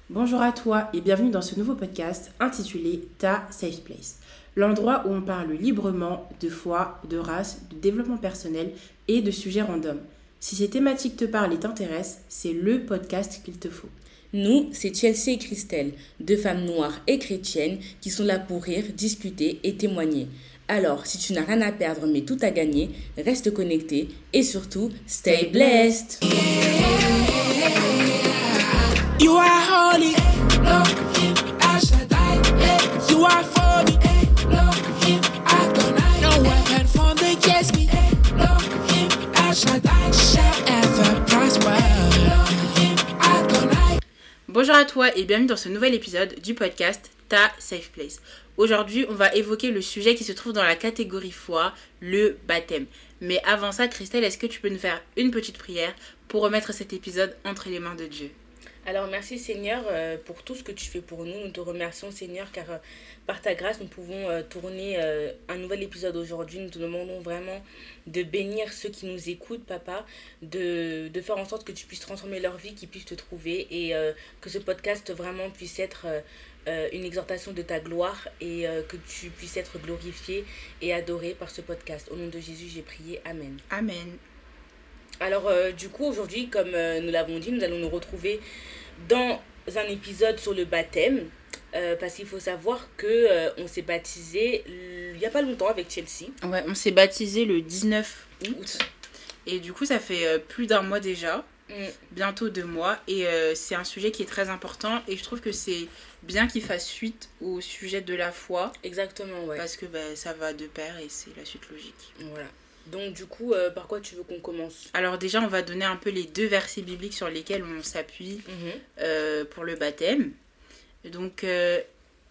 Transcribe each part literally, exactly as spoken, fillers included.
Bonjour à toi et bienvenue dans ce nouveau podcast intitulé Ta Safe Place, l'endroit où on parle librement de foi, de race, de développement personnel et de sujets random. Si ces thématiques te parlent et t'intéressent, c'est le podcast qu'il te faut. Nous, c'est Chelsea et Christelle, deux femmes noires et chrétiennes qui sont là pour rire, discuter et témoigner. Alors, si tu n'as rien à perdre mais tout à gagner, reste connecté et surtout, stay blessed! You are holy, Elohim, Ashadai, you are for me, Elohim, Adonai, no weapon formed against me, Elohim, Ashadai, shall ever prosper, Elohim, Adonai. Bonjour à toi et bienvenue dans ce nouvel épisode du podcast Ta Safe Place. Aujourd'hui, on va évoquer le sujet qui se trouve dans la catégorie foi, le baptême. Mais avant ça, Christelle, est-ce que tu peux nous faire une petite prière pour remettre cet épisode entre les mains de Dieu ? Alors merci Seigneur euh, pour tout ce que tu fais pour nous. Nous te remercions Seigneur car euh, par ta grâce nous pouvons euh, tourner euh, un nouvel épisode aujourd'hui. Nous te demandons vraiment de bénir ceux qui nous écoutent Papa, de, de faire en sorte que tu puisses transformer leur vie, qu'ils puissent te trouver et euh, que ce podcast vraiment puisse être euh, euh, une exhortation de ta gloire et euh, que tu puisses être glorifié et adoré par ce podcast. Au nom de Jésus j'ai prié, Amen. Amen. Alors euh, du coup aujourd'hui comme euh, nous l'avons dit, nous allons nous retrouver dans un épisode sur le baptême euh, parce qu'il faut savoir que euh, on s'est baptisé il n'y a pas longtemps avec Chelsea. Ouais, on s'est baptisé le dix-neuf août. Août. Et du coup ça fait euh, plus d'un mois déjà, Mm. bientôt deux mois. Et euh, c'est un sujet qui est très important et je trouve que c'est bien qu'il fasse suite au sujet de la foi. Exactement, ouais. Parce que bah, ça va de pair et c'est la suite logique. Voilà. Donc du coup, euh, par quoi tu veux qu'on commence ? Alors déjà, on va donner un peu les deux versets bibliques sur lesquels on s'appuie Mhm. euh, pour le baptême. Donc, euh,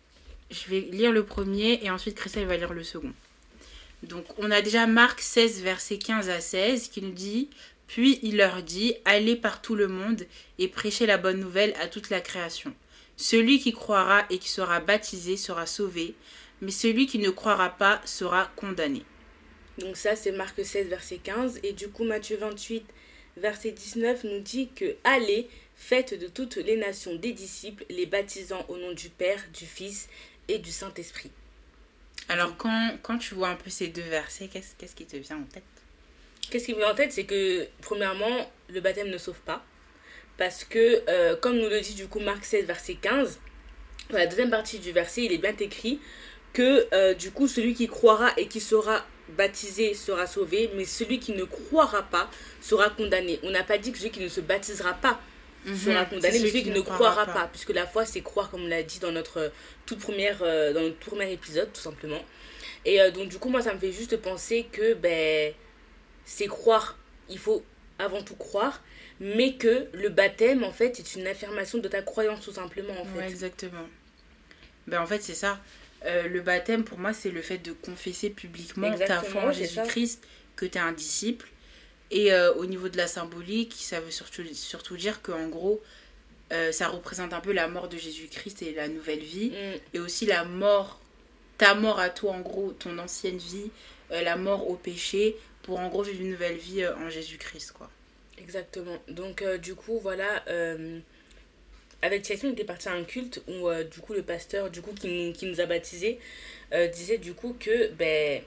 je vais lire le premier et ensuite Christelle va lire le second. Donc, on a déjà Marc seize, versets quinze à seize, qui nous dit « Puis il leur dit, allez par tout le monde et prêchez la bonne nouvelle à toute la création. Celui qui croira et qui sera baptisé sera sauvé, mais celui qui ne croira pas sera condamné. » Donc ça c'est Marc seize verset quinze et du coup Matthieu vingt-huit verset dix-neuf nous dit que « Allez, faites de toutes les nations des disciples, les baptisant au nom du Père, du Fils et du Saint-Esprit. » Alors, quand, quand tu vois un peu ces deux versets, qu'est-ce, qu'est-ce qui te vient en tête ? Qu'est-ce qui me vient en tête, c'est que premièrement, le baptême ne sauve pas. Parce que, euh, comme nous le dit du coup Marc seize verset quinze, dans la deuxième partie du verset, il est bien écrit que euh, du coup celui qui croira et qui sera baptisé sera sauvé, mais celui qui ne croira pas sera condamné. On n'a pas dit que celui qui ne se baptisera pas sera Mhm, condamné, c'est mais celui celui qui ne croira pas. pas, puisque la foi c'est croire, comme on l'a dit dans notre toute première, euh, dans notre tout premier épisode, tout simplement. Et euh, donc du coup moi ça me fait juste penser que ben c'est croire, il faut avant tout croire, mais que le baptême en fait est une affirmation de ta croyance tout simplement en fait. Ouais, exactement. Ben, en fait, c'est ça. Euh, le baptême, pour moi, c'est le fait de confesser publiquement Exactement, ta foi en c'est ça. Jésus-Christ, que tu es un disciple. Et euh, au niveau de la symbolique, ça veut surtout, surtout dire qu'en gros, euh, ça représente un peu la mort de Jésus-Christ et la nouvelle vie. Mm, Et aussi la mort, ta mort à toi, en gros, ton ancienne vie, euh, la mort au péché, pour en gros vivre une nouvelle vie euh, en Jésus-Christ, quoi. exactement. Donc euh, du coup voilà, euh, avec Chelsea on était parti à un culte où euh, du coup le pasteur du coup qui nous, qui nous a baptisés euh, disait du coup que ben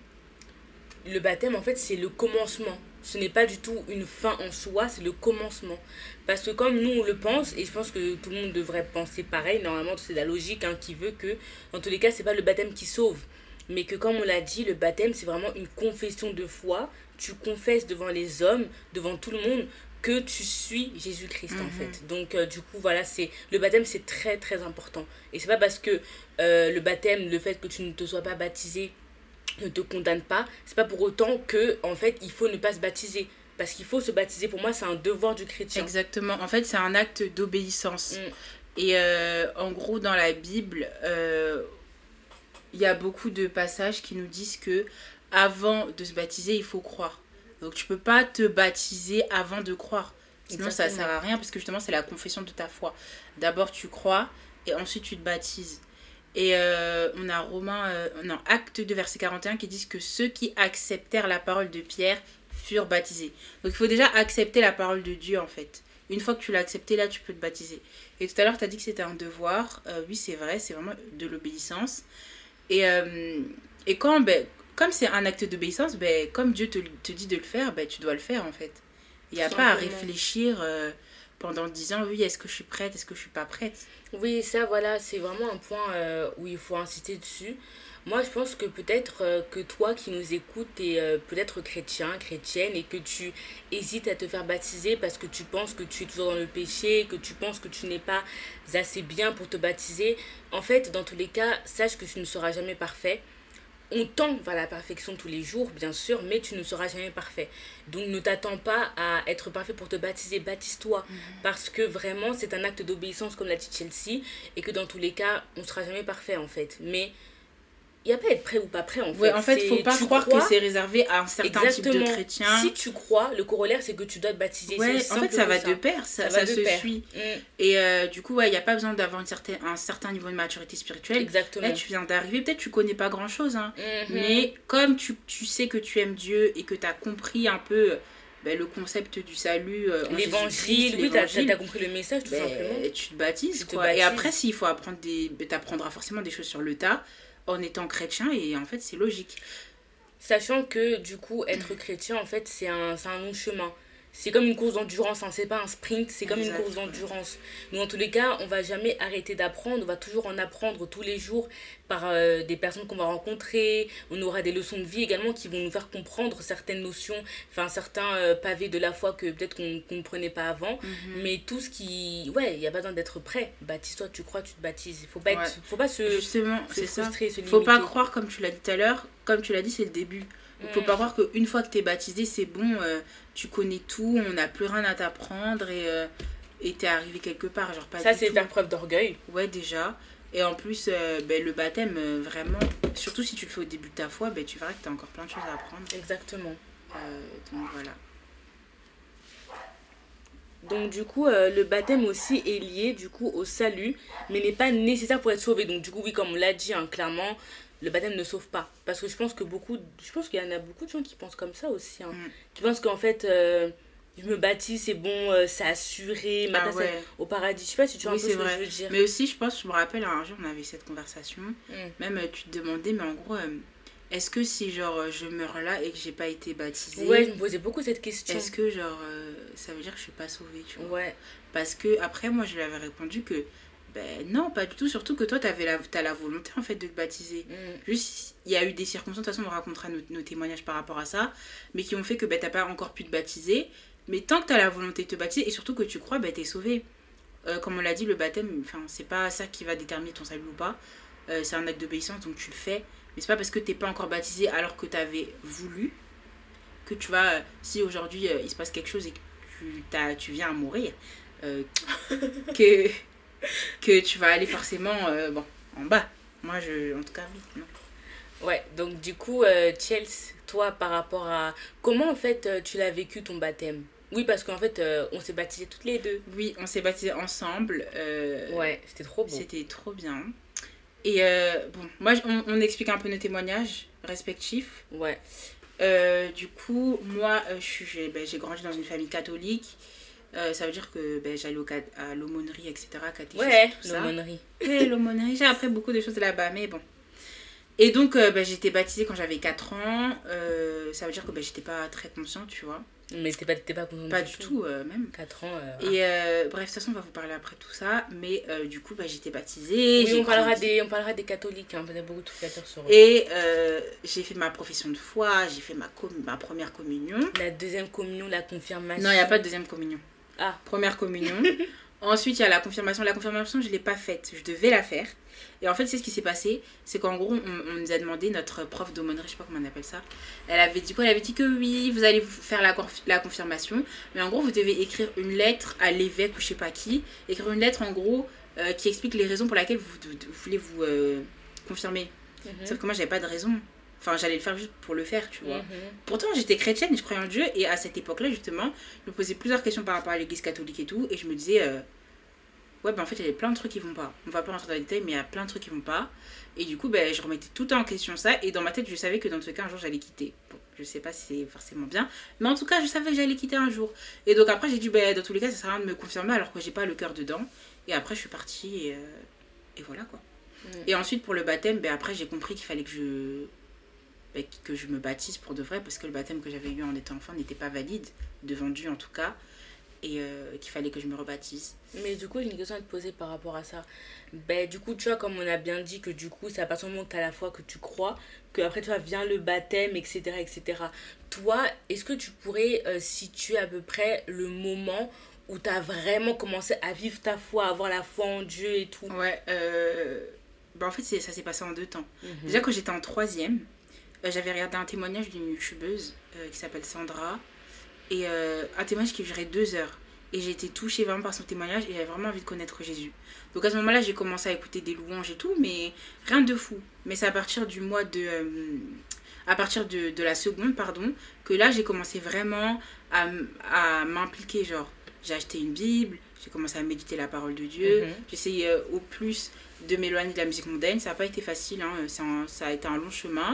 le baptême en fait c'est le commencement. Ce n'est pas du tout une fin en soi, c'est le commencement. Parce que comme nous on le pense, et je pense que tout le monde devrait penser pareil, normalement c'est la logique hein, qui veut que dans tous les cas c'est pas le baptême qui sauve. Mais que comme on l'a dit, le baptême c'est vraiment une confession de foi. Tu confesses devant les hommes, devant tout le monde, que tu suis Jésus-Christ en Mhm. fait. Donc euh, du coup voilà, c'est le baptême c'est très très important. Et c'est pas parce que euh, le baptême, le fait que tu ne te sois pas baptisé ne te condamne pas, c'est pas pour autant que en fait il faut ne pas se baptiser. Parce qu'il faut se baptiser, pour moi c'est un devoir du chrétien. Exactement. En fait, c'est un acte d'obéissance. Mm. Et euh, en gros, dans la Bible, euh, il y a beaucoup de passages qui nous disent que avant de se baptiser, il faut croire. Donc tu peux pas te baptiser avant de croire. Sinon ça Exactement. sert à rien parce que justement c'est la confession de ta foi. D'abord tu crois et ensuite tu te baptises. Et euh, on a Romains, euh, non, Acte deux, verset quarante et un qui disent que ceux qui acceptèrent la parole de Pierre furent baptisés. Donc il faut déjà accepter la parole de Dieu en fait. Une fois que tu l'as accepté, là, tu peux te baptiser. Et tout à l'heure, tu as dit que c'était un devoir. Euh, oui, c'est vrai, c'est vraiment de l'obéissance. Et, euh, et quand, ben, comme c'est un acte d'obéissance, ben, comme Dieu te, te dit de le faire, ben, tu dois le faire, en fait. Il n'y a pas à réfléchir euh, pendant dix ans, oui, est-ce que je suis prête, est-ce que je suis pas prête. Oui, ça, voilà, c'est vraiment un point euh, où il faut insister dessus. Moi, je pense que peut-être euh, que toi qui nous écoutes et euh, peut-être chrétien, chrétienne, et que tu hésites à te faire baptiser parce que tu penses que tu es toujours dans le péché, que tu penses que tu n'es pas assez bien pour te baptiser. En fait, dans tous les cas, sache que tu ne seras jamais parfait. On tend vers la perfection tous les jours, bien sûr, mais tu ne seras jamais parfait. Donc ne t'attends pas à être parfait pour te baptiser, baptise-toi. Mmh. Parce que vraiment, c'est un acte d'obéissance, comme l'a dit Chelsea, et que dans tous les cas, on ne sera jamais parfait, en fait. Mais il n'y a pas à être prêt ou pas prêt, en fait. Ouais, en fait, il ne faut pas croire crois... que c'est réservé à un certain Exactement. type de chrétien. Si tu crois, le corollaire, c'est que tu dois te baptiser. Ouais, en fait, ça va ça. de pair, ça, ça, ça se pair. suit. Mm. Et euh, du coup, ouais, il n'y a pas besoin d'avoir une certaine, un certain niveau de maturité spirituelle. Exactement. Là, tu viens d'arriver, peut-être tu ne connais pas grand-chose, hein. Mm-hmm. Mais comme tu, tu sais que tu aimes Dieu et que tu as compris un peu... Ben, le concept du salut euh, l'évangile, oui, t'as, t'as compris le message tout ben, simplement. Tu te baptises, tu quoi. Te baptises. Et après, s'il faut apprendre des... t'apprendras forcément des choses sur le tas en étant chrétien, et en fait, c'est logique. Sachant que, du coup, être chrétien, en fait, c'est un, c'est un long chemin. C'est comme une course d'endurance, hein. C'est pas un sprint, c'est comme exact. Une course d'endurance. Mais en tous les cas, on va jamais arrêter d'apprendre, on va toujours en apprendre tous les jours par euh, des personnes qu'on va rencontrer. On aura des leçons de vie également qui vont nous faire comprendre certaines notions, enfin certains euh, pavés de la foi que peut-être qu'on ne comprenait pas avant. Mm-hmm. Mais tout ce qui... Ouais, il n'y a pas besoin d'être prêt. Baptise-toi, tu crois, tu te baptises. Il faut pas être... Ouais. Faut pas se... Justement, se c'est frustrer, ça. Se limiter. Faut pas croire, comme tu l'as dit tout à l'heure, comme tu l'as dit, c'est le début. Il ne faut pas croire qu'une fois que tu es baptisé, c'est bon, euh, tu connais tout, on n'a plus rien à t'apprendre et euh, et tu es arrivé quelque part. Genre, pas ça, du c'est tout. Faire preuve d'orgueil. Ouais, déjà. Et en plus, euh, ben, le baptême, euh, vraiment, surtout si tu le fais au début de ta foi, ben, tu verras que tu as encore plein de choses à apprendre. Exactement. Euh, donc voilà. Donc du coup, euh, le baptême aussi est lié du coup au salut, mais n'est pas nécessaire pour être sauvé. Donc du coup, oui, comme on l'a dit, hein, clairement... Le baptême ne sauve pas. Parce que je pense que beaucoup... Je pense qu'il y en a beaucoup de gens qui pensent comme ça aussi. Hein. Mm. Qui pensent qu'en fait, euh, je me baptise, c'est bon, euh, c'est assuré. Ma place ah ouais. Au paradis. Je sais pas si tu vois oui, un peu ce vrai. Que je veux dire. Mais aussi, je pense, je me rappelle, un jour, on avait cette conversation. Mm. Même, euh, tu te demandais, mais en gros, euh, est-ce que si, genre, je meurs là et que j'ai pas été baptisée... Ouais, je me posais beaucoup cette question. Est-ce que, genre, euh, ça veut dire que je suis pas sauvée, tu vois. Ouais. Parce que, après, moi, je lui avais répondu que... Ben non, pas du tout, surtout que toi, tu as la volonté en fait de te baptiser. Mm. Juste, il y a eu des circonstances, de toute façon, on racontera nos, nos témoignages par rapport à ça, mais qui ont fait que ben, tu n'as pas encore pu te baptiser. Mais tant que tu as la volonté de te baptiser, et surtout que tu crois, ben, tu es sauvé. Euh, comme on l'a dit, le baptême, c'est pas ça qui va déterminer ton salut ou pas. Euh, c'est un acte d'obéissance, donc tu le fais. Mais c'est pas parce que tu n'es pas encore baptisé alors que tu avais voulu que tu vas, euh, si aujourd'hui euh, il se passe quelque chose et que tu, t'as, tu viens à mourir, euh, que... que tu vas aller forcément euh, bon, en bas. Moi, je, en tout cas, oui. Non. Ouais, donc du coup, euh, Chelsea, toi, par rapport à... Comment, en fait, euh, tu l'as vécu, ton baptême ? Oui, parce qu'en fait, euh, on s'est baptisés toutes les deux. Oui, on s'est baptisés ensemble. Euh, ouais, c'était trop beau. C'était trop bien. Et euh, bon, moi, on, on explique un peu nos témoignages respectifs. Ouais. Euh, du coup, moi, je suis, j'ai, ben, j'ai grandi dans une famille catholique. Euh, ça veut dire que ben, j'allais au cat- à l'aumônerie, et cetera. Catéchisme, ouais, tout ça. l'aumônerie. Ouais, l'aumônerie. J'ai appris beaucoup de choses là-bas, mais bon. Et donc, euh, ben, j'étais baptisée quand j'avais quatre ans. Euh, ça veut dire que ben, j'étais pas très consciente, tu vois. Mais t'es pas, t'es pas consciente Pas du tout, tout euh, même. quatre ans. Euh, Et euh, bref, de toute façon, on va vous parler après tout ça. Mais euh, du coup, ben, j'étais baptisée. Oui, j'ai on parlera, des, on parlera des catholiques. Hein, peut-être beaucoup de trucs sur eux. Et euh, j'ai fait ma profession de foi. J'ai fait ma, com- ma première communion. La deuxième communion, la confirmation. Non, il n'y a pas de deuxième communion. Ah. Première communion. Ensuite, il y a la confirmation. La confirmation, je ne l'ai pas faite. Je devais la faire. Et en fait, c'est ce qui s'est passé. C'est qu'en gros, on, on nous a demandé, notre prof d'aumônerie, je ne sais pas comment on appelle ça. Elle avait dit quoi ? Elle avait dit que oui, vous allez faire la, conf- la confirmation. Mais en gros, vous devez écrire une lettre à l'évêque ou je ne sais pas qui. Écrire une lettre, en gros, euh, qui explique les raisons pour lesquelles vous, vous, vous voulez vous euh, confirmer. Mm-hmm. Sauf que moi, je n'avais pas de raison. Enfin, j'allais le faire juste pour le faire, tu vois. Mm-hmm. Pourtant, j'étais chrétienne et je croyais en Dieu. Et à cette époque-là, justement, je me posais plusieurs questions par rapport à l'église catholique et tout. Et je me disais, euh, ouais, ben en fait, il y avait plein de trucs qui vont pas. On va pas rentrer dans les détails, mais il y a plein de trucs qui vont pas. Et du coup, ben, je remettais tout le temps en question ça. Et dans ma tête, je savais que dans tous les cas, un jour, j'allais quitter. Bon, je sais pas si c'est forcément bien. Mais en tout cas, je savais que j'allais quitter un jour. Et donc après, j'ai dit, bah, dans tous les cas, ça sert à rien de me confirmer alors que j'ai pas le cœur dedans. Et après, je suis partie et, euh, et voilà quoi. Mm. Et ensuite, pour le baptême, bah, après, j'ai compris qu'il fallait que je, bah, que je me baptise pour de vrai parce que le baptême que j'avais eu en étant enfant n'était pas valide, devant Dieu en tout cas. Et euh, qu'il fallait que je me rebaptise. Mais du coup, j'ai une question à te poser par rapport à ça. Ben, du coup, tu vois, comme on a bien dit que du coup, c'est à partir du moment où tu as la foi que tu crois, que après tu vois, vient le baptême, et cetera, et cetera. Toi, est-ce que tu pourrais euh, situer à peu près le moment où tu as vraiment commencé à vivre ta foi, à avoir la foi en Dieu et tout? Ouais, euh... ben, en fait, c'est, ça s'est passé en deux temps. Mm-hmm. Déjà, quand j'étais en troisième, euh, j'avais regardé un témoignage d'une youtubeuse euh, qui s'appelle Sandra. Et euh, un témoignage qui durait deux heures. Et j'ai été touchée vraiment par son témoignage et j'avais vraiment envie de connaître Jésus. Donc à ce moment-là, j'ai commencé à écouter des louanges et tout, mais rien de fou. Mais c'est à partir du mois de... Euh, à partir de, de la seconde, pardon, que là, j'ai commencé vraiment à, à m'impliquer. Genre, j'ai acheté une Bible, j'ai commencé à méditer la parole de Dieu. Mm-hmm. J'essayais euh, au plus de m'éloigner de la musique mondaine. Ça n'a pas été facile, hein, c'est un, ça a été un long chemin.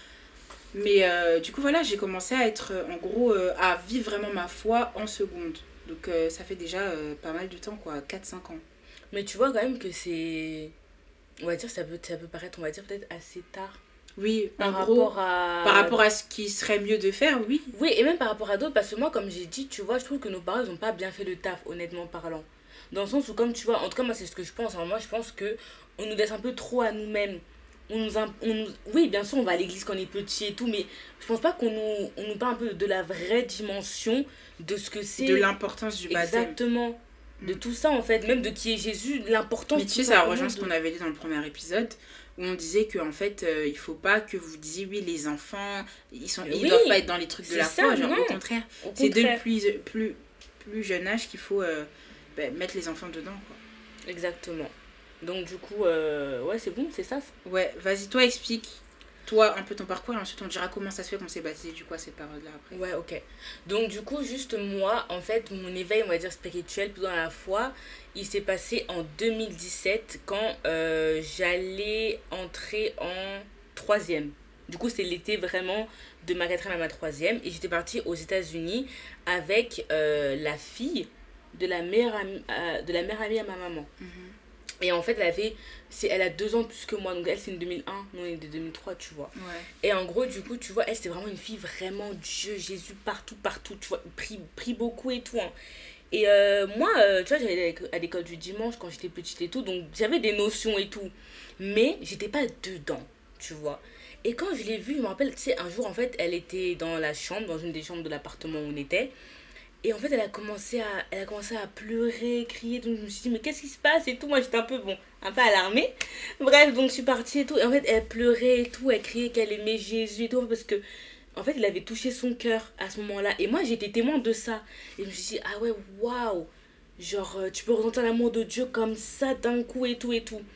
Mais euh, du coup, voilà, j'ai commencé à être, en gros, euh, à vivre vraiment ma foi en seconde. Donc, euh, ça fait déjà euh, pas mal de temps, quoi, quatre cinq ans. Mais tu vois quand même que c'est... On va dire, ça peut, ça peut paraître, on va dire, peut-être assez tard. Oui, par en rapport gros, à... par rapport à ce qui serait mieux de faire, oui. Oui, et même par rapport à d'autres, parce que moi, comme j'ai dit, tu vois, je trouve que nos parents, ils n'ont pas bien fait le taf, honnêtement parlant. Dans le sens où, comme tu vois, en tout cas, moi, c'est ce que je pense. Hein, moi, je pense qu'on nous laisse un peu trop à nous-mêmes. On nous, on nous, oui, bien sûr, on va à l'église quand on est petit et tout, mais je pense pas qu'on nous, on nous parle un peu de la vraie dimension de ce que c'est. De l'importance du baptême. Exactement. De tout ça, en fait, même de qui est Jésus, l'importance. Mais tu sais, ça rejoint ce qu'on avait dit dans le premier épisode, où on disait qu'en fait, euh, il faut pas que vous disiez, oui, les enfants, ils sont, ils oui, doivent pas être dans les trucs de la foi, genre non. au contraire. Au c'est dès le plus, plus, plus jeune âge qu'il faut euh, bah, mettre les enfants dedans, quoi. Exactement. Donc du coup, euh, ouais, c'est bon, c'est ça. Ouais, vas-y, toi, explique. Toi, un peu ton parcours, et ensuite on dira comment ça se fait qu'on s'est baptisé, du coup, à cette période-là après. Ouais, ok. Donc du coup, juste moi, en fait, mon éveil, on va dire spirituel, plutôt dans la foi, il s'est passé en deux mille dix-sept, quand euh, j'allais entrer en troisième. Du coup, c'est l'été vraiment de ma quatrième à ma troisième, et j'étais partie aux États-Unis avec euh, la fille de la meilleure amie, euh, de la meilleure amie à ma maman. Mm-hmm. Et en fait, elle avait, c'est, elle a deux ans plus que moi. Donc, elle, c'est une deux mille un. Nous, on est de deux mille trois, tu vois. Ouais. Et en gros, du coup, tu vois, elle, c'était vraiment une fille vraiment Dieu, Jésus, partout, partout. Tu vois, prie, prie beaucoup et tout. Hein. Et euh, moi, euh, tu vois, j'allais à l'école du dimanche quand j'étais petite et tout. Donc, j'avais des notions et tout. Mais, j'étais pas dedans, tu vois. Et quand je l'ai vue, je me rappelle, tu sais, un jour, en fait, elle était dans la chambre, dans une des chambres de l'appartement où on était. Et en fait, elle a commencé à, elle a commencé à pleurer, crier. Donc, je me suis dit, mais qu'est-ce qui se passe et tout. Moi, j'étais un peu, bon, un peu alarmée. Bref, donc, je suis partie et tout. Et en fait, elle pleurait et tout. Elle criait qu'elle aimait Jésus et tout. Parce que, en fait, il avait touché son cœur à ce moment-là. Et moi, j'étais témoin de ça. Et je me suis dit, ah ouais, waouh. Genre, tu peux ressentir l'amour de Dieu comme ça d'un coup et tout et tout.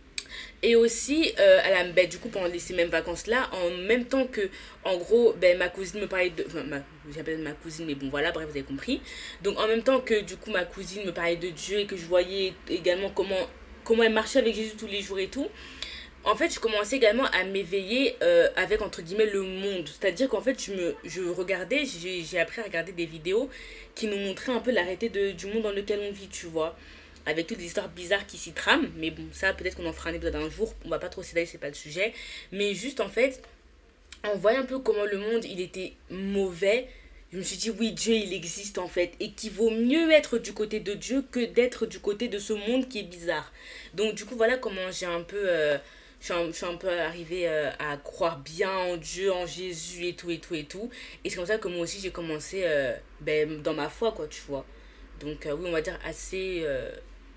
Et aussi, euh, à la, ben, du coup, pendant ces mêmes vacances-là, en même temps que, en gros, ben, ma cousine me parlait de... Enfin, ma, j'appelle ma cousine, mais bon, voilà, bref, vous avez compris. Donc, en même temps que, du coup, ma cousine me parlait de Dieu et que je voyais également comment, comment elle marchait avec Jésus tous les jours et tout, en fait, je commençais également à m'éveiller euh, avec, entre guillemets, le monde. C'est-à-dire qu'en fait, je, me, je regardais, j'ai, j'ai appris à regarder des vidéos qui nous montraient un peu l'arrêté de, du monde dans lequel on vit, tu vois. Avec toutes les histoires bizarres qui s'y trament. Mais bon, ça, peut-être qu'on en fera un épisode un jour. On va pas trop s'étaler, c'est pas le sujet. Mais juste, en fait, on voyait un peu comment le monde, il était mauvais. Je me suis dit, oui, Dieu, il existe, en fait. Et qu'il vaut mieux être du côté de Dieu que d'être du côté de ce monde qui est bizarre. Donc, du coup, voilà comment j'ai un peu... Euh, je, suis un, je suis un peu arrivée euh, à croire bien en Dieu, en Jésus et tout, et tout, et tout. Et c'est comme ça que moi aussi, j'ai commencé euh, ben, dans ma foi, quoi, tu vois. Donc, euh, oui, on va dire assez... Euh,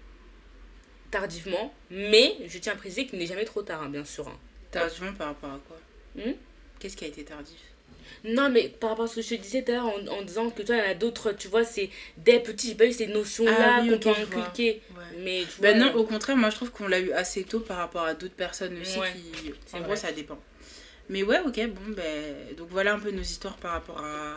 tardivement, mais je tiens à préciser qu'il n'est jamais trop tard, hein, bien sûr. Hein. Tardivement par rapport à quoi? hmm Qu'est-ce qui a été tardif? Non, mais par rapport à ce que je te disais tout à l'heure, en, en disant que toi, il y en a d'autres, tu vois, c'est des petits, j'ai pas eu ces notions-là ah, oui, qu'on okay, peut inculquer. Ouais. Mais, tu ben vois, non, au contraire, moi je trouve qu'on l'a eu assez tôt par rapport à d'autres personnes aussi ouais, qui... En vrai. Gros, ça dépend. Mais ouais, ok, bon, ben... Donc voilà un peu nos histoires par rapport à...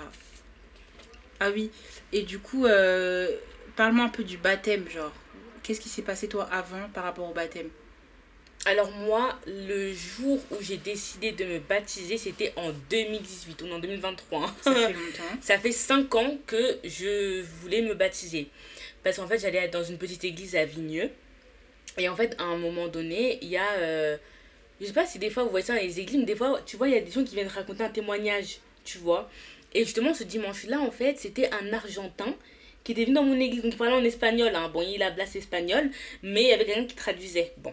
Ah oui, et du coup, euh... parle-moi un peu du baptême, genre. Qu'est-ce qui s'est passé toi avant par rapport au baptême? Alors moi, le jour où j'ai décidé de me baptiser, c'était en deux mille dix-huit, on est en deux mille vingt-trois. Hein. Ça fait longtemps. Ça fait cinq ans que je voulais me baptiser. Parce qu'en fait, j'allais être dans une petite église à Vigneux. Et en fait, à un moment donné, il y a... Euh, je sais pas si des fois vous voyez ça dans les églises, mais des fois, tu vois, il y a des gens qui viennent raconter un témoignage, tu vois. Et justement, ce dimanche-là, en fait, c'était un Argentin qui était venu dans mon église. Donc, il parlait en espagnol. Hein. Bon, il a blase espagnol, mais il y avait quelqu'un qui traduisait. Bon.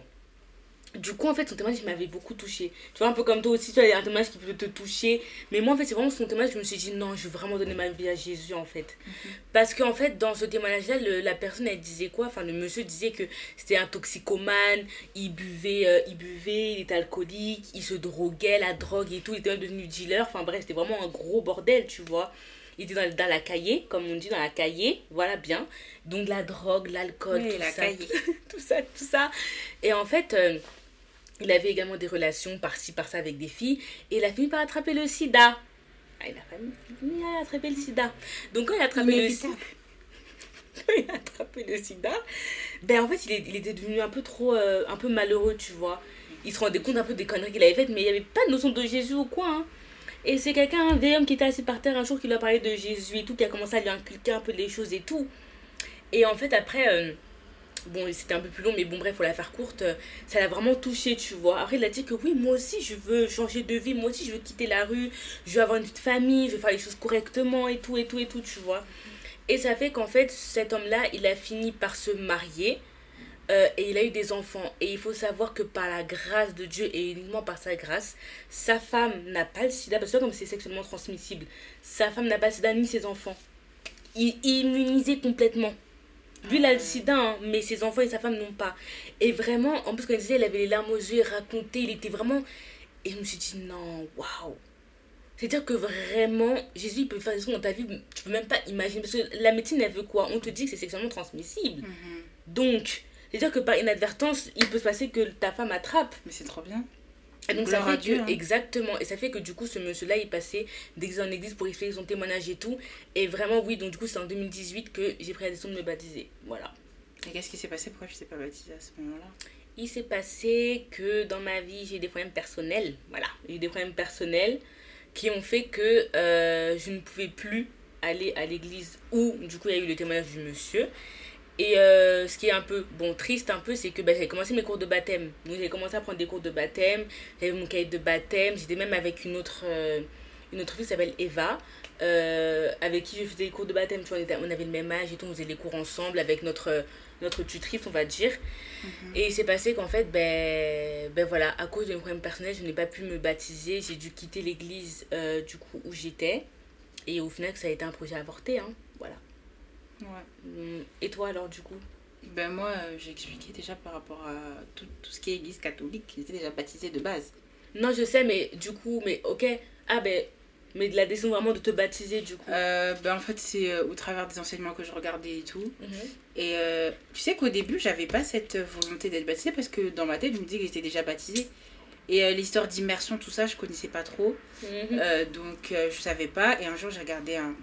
Du coup, en fait, son témoignage m'avait beaucoup touché. Tu vois, un peu comme toi aussi, tu as un témoignage qui peut te toucher. Mais moi, en fait, c'est vraiment son témoignage que je me suis dit, non, je veux vraiment donner ma vie à Jésus, en fait. Mm-hmm. Parce qu'en fait, dans ce témoignage-là, le, la personne, elle disait quoi? Enfin, le monsieur disait que c'était un toxicomane, il buvait, euh, il buvait, il était alcoolique, il se droguait, la drogue et tout, il était même devenu dealer. Enfin, bref, c'était vraiment un gros bordel, tu vois. Il était dans, dans la cahier, comme on dit, dans la cahier, voilà bien. Donc, la drogue, l'alcool, oui, tout, la ça, tout ça, tout ça. Et en fait... Euh, il avait également des relations par-ci, par-ça avec des filles. Et il a fini par attraper le sida. Ah, il a fini par attraper le sida. Donc quand il a attrapé le sida... quand il a attrapé le sida, ben en fait, il, est, il était devenu un peu trop... Euh, un peu malheureux, tu vois. Il se rendait compte un peu des conneries qu'il avait faites, mais il n'y avait pas de notion de Jésus au coin. Hein. Et c'est quelqu'un, un vieil homme qui était assis par terre un jour, qui lui a parlé de Jésus et tout, qui a commencé à lui inculquer un peu les choses et tout. Et en fait, après... Euh, bon, c'était un peu plus long, mais bon, bref, faut la faire courte. Ça l'a vraiment touché, tu vois. Après, il a dit que oui, moi aussi, je veux changer de vie. Moi aussi, je veux quitter la rue. Je veux avoir une petite famille. Je veux faire les choses correctement et tout, et tout, et tout, tu vois. Et ça fait qu'en fait, cet homme-là, il a fini par se marier. Euh, et il a eu des enfants. Et il faut savoir que par la grâce de Dieu, et uniquement par sa grâce, sa femme n'a pas le sida. Parce que comme c'est sexuellement transmissible, sa femme n'a pas le sida ni ses enfants. Il est immunisé complètement. Lui, il a le sida, hein, mais ses enfants et sa femme n'ont pas. Et vraiment, en plus, quand il disait, il avait les larmes aux yeux, il racontait, il était vraiment... Et je me suis dit, non, waouh. C'est-à-dire que vraiment, Jésus, il peut faire des choses dans ta vie, tu peux même pas imaginer. Parce que la médecine, elle veut quoi? On te dit que c'est sexuellement transmissible. Mm-hmm. Donc, c'est-à-dire que par inadvertance, il peut se passer que ta femme attrape. Mais c'est trop bien. Et donc, ça fait Dieu, que, hein. Exactement. Et ça fait que du coup, ce monsieur-là, il passait d'église en église pour expliquer son témoignage et tout. Et vraiment, oui, donc du coup, c'est en deux mille dix-huit que j'ai pris la décision de me baptiser. Voilà. Et qu'est-ce qui s'est passé? Pourquoi tu t'es pas baptisée à ce moment-là? Il s'est passé que dans ma vie, j'ai eu des problèmes personnels. Voilà. J'ai eu des problèmes personnels qui ont fait que euh, je ne pouvais plus aller à l'église où, du coup, il y a eu le témoignage du monsieur. Et euh, ce qui est un peu, bon, triste un peu, c'est que bah, j'avais commencé mes cours de baptême. Donc j'ai commencé à prendre des cours de baptême. J'avais mon cahier de baptême. J'étais même avec une autre, euh, une autre fille qui s'appelle Eva, euh, avec qui je faisais les cours de baptême. Tu vois, on, était, on avait le même âge et tout, on faisait les cours ensemble avec notre, notre tutrice, on va dire. Mm-hmm. Et il s'est passé qu'en fait, ben, ben voilà, à cause de mes problèmes personnels, je n'ai pas pu me baptiser. J'ai dû quitter l'église euh, du coup où j'étais. Et au final, ça a été un projet avorté, hein. Voilà. Ouais. Et toi alors du coup? Ben moi euh, j'ai expliqué déjà par rapport à tout, tout ce qui est église catholique, j'étais déjà baptisée de base. Non je sais mais du coup mais ok ah ben mais de la décision vraiment de te baptiser du coup. Euh, ben en fait c'est euh, au travers des enseignements que je regardais et tout. Mm-hmm. Et euh, tu sais qu'au début j'avais pas cette volonté d'être baptisée parce que dans ma tête je me disais que j'étais déjà baptisée. Et euh, l'histoire d'immersion tout ça je connaissais pas trop. Mm-hmm. euh, donc euh, je savais pas et un jour j'ai regardé un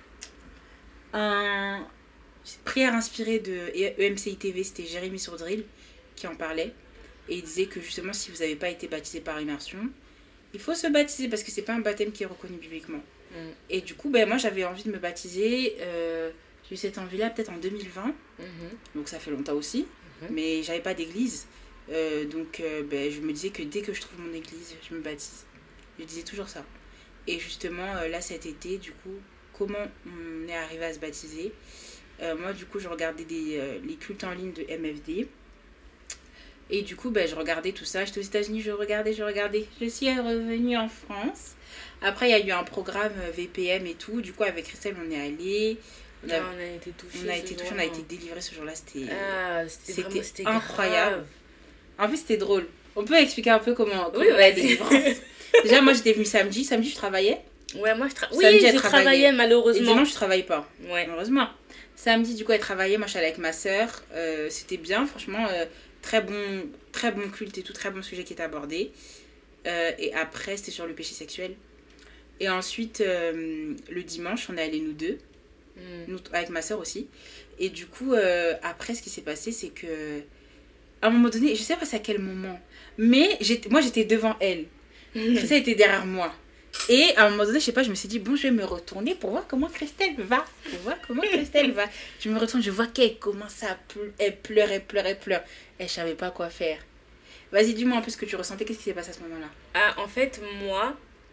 un prière inspirée de E M C I T V, c'était Jérémy Sourdril qui en parlait et il disait que justement si vous n'avez pas été baptisé par immersion il faut se baptiser parce que c'est pas un baptême qui est reconnu bibliquement. Mm. Et du coup ben moi j'avais envie de me baptiser, euh, j'ai eu cette envie là peut-être en deux mille vingt. Mm-hmm. Donc ça fait longtemps aussi. Mm-hmm. Mais j'avais pas d'église, euh, donc euh, ben, je me disais que dès que je trouve mon église je me baptise, je disais toujours ça. Et justement euh, là cet été du coup comment on est arrivé à se baptiser. Euh, moi, du coup, je regardais des, euh, les cultes en ligne de M F D. Et du coup, ben, je regardais tout ça. J'étais aux États-Unis, je regardais, je regardais. Je suis revenue en France. Après, il y a eu un programme V P M et tout. Du coup, avec Christelle, on est allés. On a, ah, on a été touchés. On a été touchés, on a été délivrés ce jour-là. C'était, ah, c'était, c'était, vraiment, c'était incroyable. Grave. En fait, c'était drôle. On peut expliquer un peu comment, comment oui, la délivrance. Déjà, moi, j'étais venue samedi. Samedi, je travaillais. Ouais, moi, je, tra... oui, je travaillais malheureusement. Et dimanche, je travaille pas. Ouais. Malheureusement. Samedi, du coup, elle travaillait. Moi, je suis allée avec ma sœur. Euh, c'était bien, franchement. Euh, très, bon, très bon culte et tout. Très bon sujet qui était abordé. Euh, et après, c'était sur le péché sexuel. Et ensuite, euh, le dimanche, on est allés nous deux. Mm. Nous, avec ma sœur aussi. Et du coup, euh, après, ce qui s'est passé, c'est que à un moment donné, je sais pas c'est à quel moment, mais j'étais, moi j'étais devant elle. Christelle était derrière moi. Et à un moment donné, je sais pas, je me suis dit, bon, je vais me retourner pour voir comment Christelle va. Pour voir comment Christelle va. Je me retourne, je vois qu'elle commence à pleurer. Elle pleure, elle pleure, elle pleure. Elle savait pas quoi faire. Vas-y, dis-moi un peu ce que tu ressentais. Qu'est-ce qui s'est passé à ce moment-là? Ah, en fait, moi,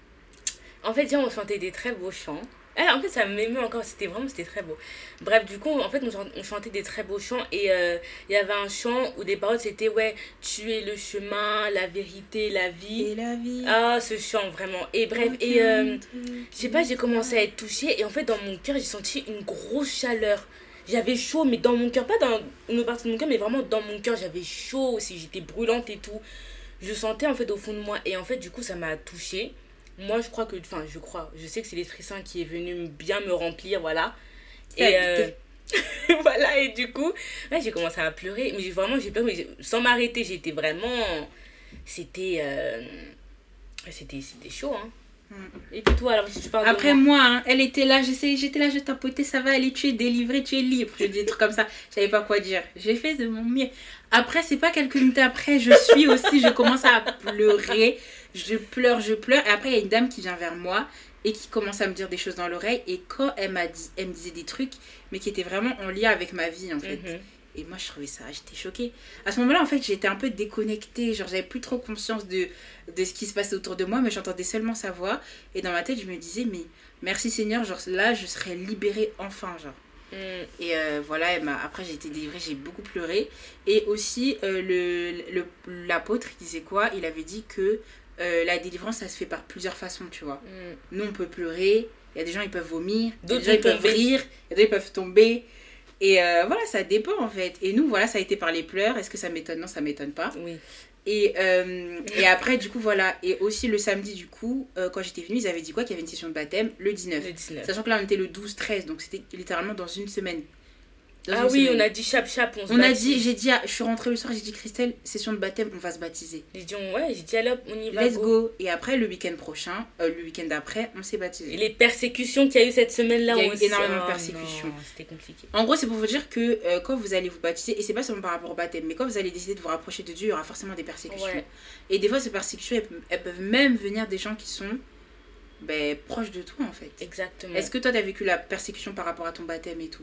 en fait, déjà, on chantait des très beaux chants. Ah, en fait, ça m'émeut encore, c'était vraiment, c'était très beau. Bref, du coup, en fait, on, chan- on chantait des très beaux chants et euh, il y avait un chant où des paroles, c'était, ouais, tu es le chemin, la vérité, la vie. Et la vie. Ah, ce chant, vraiment. Et bref, et euh, je sais pas, j'ai commencé à être touchée et en fait, dans mon cœur, j'ai senti une grosse chaleur. J'avais chaud, mais dans mon cœur, pas dans une autre partie de mon cœur, mais vraiment dans mon cœur, j'avais chaud aussi, j'étais brûlante et tout. Je sentais en fait au fond de moi et en fait, du coup, ça m'a touchée. Moi, je crois que, enfin, je crois, je sais que c'est l'Esprit Saint qui est venu me- bien me remplir, voilà. Et euh, voilà, et du coup, là, j'ai commencé à pleurer, mais j'ai- vraiment, j'ai pleuré, mais j'ai- sans m'arrêter, j'étais vraiment, c'était, euh, c'était, c'était chaud, hein. Mm. Et puis toi, alors, si tu parles Après de moi. moi, hein, elle était là, j'essayais, j'étais là, je tapotais, ça va aller, tu es délivré, tu es libre. Je dis des trucs comme ça, je savais pas quoi dire. J'ai fait de mon mieux. Après, c'est pas quelques minutes après, je suis aussi, je commence à pleurer. Je pleure, je pleure. Et après, il y a une dame qui vient vers moi et qui commence à me dire des choses dans l'oreille. Et quand elle m'a dit, elle me disait des trucs, mais qui étaient vraiment en lien avec ma vie, en fait. Mhm. Et moi, je trouvais ça, j'étais choquée. À ce moment-là, en fait, j'étais un peu déconnectée. Genre, j'avais plus trop conscience de, de ce qui se passait autour de moi, mais j'entendais seulement sa voix. Et dans ma tête, je me disais, mais merci Seigneur, genre là, je serai libérée enfin, genre. Mm. Et euh, voilà, elle m'a- après, j'ai été délivrée, j'ai beaucoup pleuré. Et aussi, euh, le, le, l'apôtre, il disait quoi? Il avait dit que euh, la délivrance, ça se fait par plusieurs façons, tu vois. Mm. Nous, on peut pleurer. Il y a des gens, ils peuvent vomir. Il y a D'autres des gens, ils vont peuvent tomber. rire. Il y a des gens, ils peuvent tomber. Et euh, voilà, ça dépend en fait. Et nous, voilà, ça a été par les pleurs. Est-ce que ça m'étonne? Non, ça m'étonne pas. Oui. Et, euh, et après, du coup, voilà. Et aussi le samedi, du coup, euh, quand j'étais venue, ils avaient dit quoi? Qu'il y avait une session de baptême le dix-neuf. Le dix-neuf. Sachant que là, on était le douze treize. Donc c'était littéralement dans une semaine. Dans Ah une oui, semaine. on a dit chap chap, on se On a baptise. dit, j'ai dit, à- je suis rentrée le soir, j'ai dit, Christelle, session de baptême, on va se baptiser. J'ai dit, on- ouais, j'ai dit, allez hop, on y va. Let's go. Et après, le week-end prochain, euh, le week-end d'après, on s'est Et baptisé. les persécutions qu'il y a eu cette semaine-là Il y a eu aussi. énormément de Oh persécutions. non, c'était compliqué. En gros, c'est pour vous dire que euh, quand vous allez vous baptiser, et c'est pas seulement par rapport au baptême, mais quand vous allez décider de vous rapprocher de Dieu, il y aura forcément des persécutions. Ouais. Et des fois, ces persécutions, elles, pe- elles peuvent même venir des gens qui sont ben, proches de toi, en fait. Exactement. Est-ce que toi, t'as vécu la persécution par rapport à ton baptême et tout?